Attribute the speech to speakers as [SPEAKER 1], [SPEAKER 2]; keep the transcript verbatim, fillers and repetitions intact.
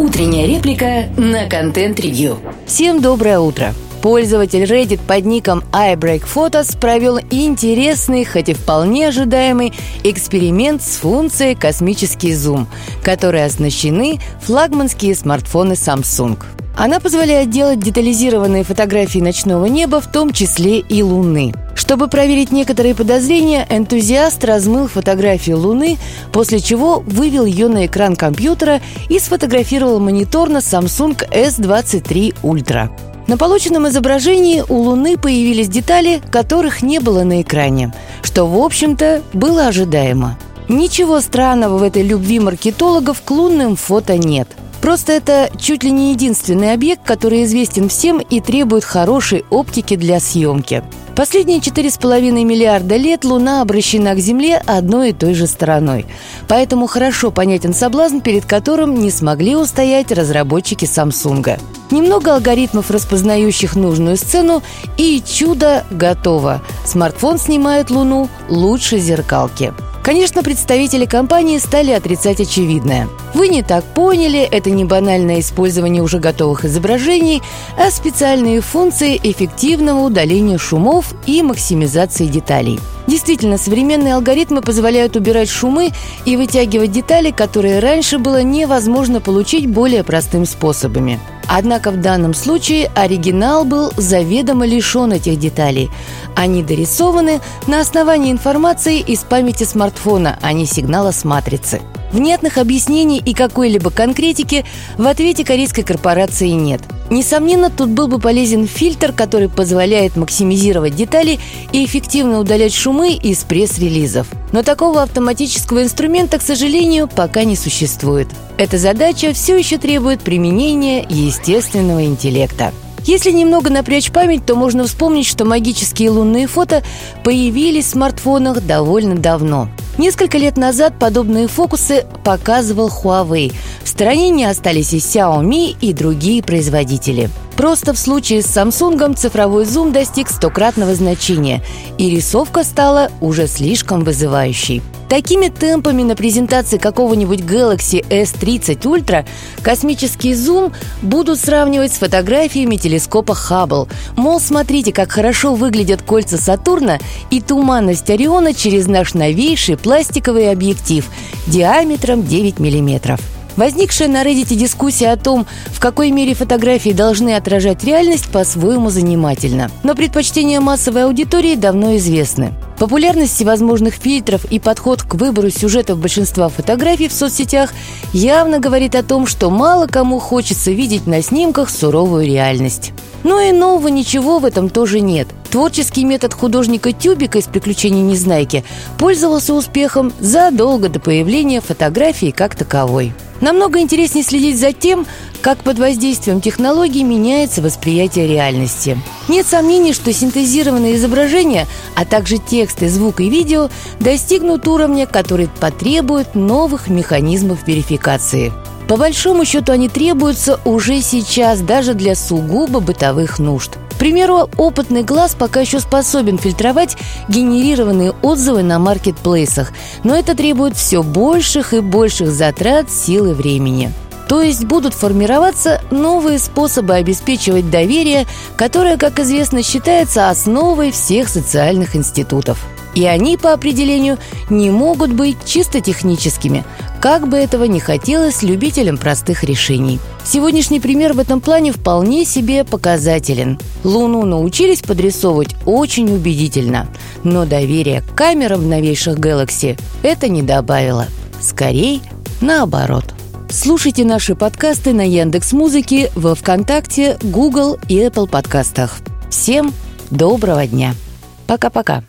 [SPEAKER 1] Утренняя реплика на контент-ревью.
[SPEAKER 2] Всем доброе утро! Пользователь Reddit под ником iBreakPhotos провел интересный, хоть и вполне ожидаемый эксперимент с функцией «Космический зум», которой оснащены флагманские смартфоны Samsung. Она позволяет делать детализированные фотографии ночного неба, в том числе и Луны. Чтобы проверить некоторые подозрения, энтузиаст размыл фотографию Луны, после чего вывел ее на экран компьютера и сфотографировал монитор на Samsung эс двадцать три ультра. На полученном изображении у Луны появились детали, которых не было на экране, что, в общем-то, было ожидаемо. Ничего странного в этой любви маркетологов к лунным фото нет. Просто это чуть ли не единственный объект, который известен всем и требует хорошей оптики для съемки. Последние четыре с половиной миллиарда лет Луна обращена к Земле одной и той же стороной. Поэтому хорошо понятен соблазн, перед которым не смогли устоять разработчики Samsung. Немного алгоритмов, распознающих нужную сцену, и чудо готово. Смартфон снимает Луну лучше зеркалки. Конечно, представители компании стали отрицать очевидное. Вы не так поняли, это не банальное использование уже готовых изображений, а специальные функции эффективного удаления шумов и максимизации деталей. Действительно, современные алгоритмы позволяют убирать шумы и вытягивать детали, которые раньше было невозможно получить более простыми способами. Однако в данном случае оригинал был заведомо лишен этих деталей. Они дорисованы на основании информации из памяти смартфона, а не сигнала с матрицы. Внятных объяснений и какой-либо конкретики в ответе корейской корпорации нет. Несомненно, тут был бы полезен фильтр, который позволяет максимизировать детали и эффективно удалять шумы из пресс-релизов. Но такого автоматического инструмента, к сожалению, пока не существует. Эта задача все еще требует применения естественного интеллекта. Если немного напрячь память, то можно вспомнить, что магические лунные фото появились в смартфонах довольно давно. Несколько лет назад подобные фокусы показывал Huawei. В стороне не остались и Xiaomi, и другие производители. Просто в случае с Samsung цифровой зум достиг стократного значения, и рисовка стала уже слишком вызывающей. Такими темпами на презентации какого-нибудь Galaxy эс тридцать ультра космический зум будут сравнивать с фотографиями телескопа Хаббл. Мол, смотрите, как хорошо выглядят кольца Сатурна и туманность Ориона через наш новейший пластиковый объектив диаметром девять миллиметров. Возникшая на Reddit дискуссия о том, в какой мере фотографии должны отражать реальность, по-своему занимательна. Но предпочтения массовой аудитории давно известны. Популярность всевозможных фильтров и подход к выбору сюжетов большинства фотографий в соцсетях явно говорит о том, что мало кому хочется видеть на снимках суровую реальность. Но и нового ничего в этом тоже нет. Творческий метод художника Тюбика из «Приключений Незнайки» пользовался успехом задолго до появления фотографии как таковой. Намного интереснее следить за тем, как под воздействием технологий меняется восприятие реальности. Нет сомнений, что синтезированные изображения, а также тексты, звук и видео достигнут уровня, который потребует новых механизмов верификации. По большому счету они требуются уже сейчас, даже для сугубо бытовых нужд. К примеру, опытный глаз пока еще способен фильтровать генерированные отзывы на маркетплейсах, но это требует все больших и больших затрат сил и времени. То есть будут формироваться новые способы обеспечивать доверие, которое, как известно, считается основой всех социальных институтов. И они, по определению, не могут быть чисто техническими, как бы этого ни хотелось любителям простых решений. Сегодняшний пример в этом плане вполне себе показателен. Луну научились подрисовывать очень убедительно, но доверия к камерам в новейших Galaxy это не добавило. Скорей наоборот. Слушайте наши подкасты на Яндекс.Музыке, во ВКонтакте, Google и Apple подкастах. Всем доброго дня. Пока-пока.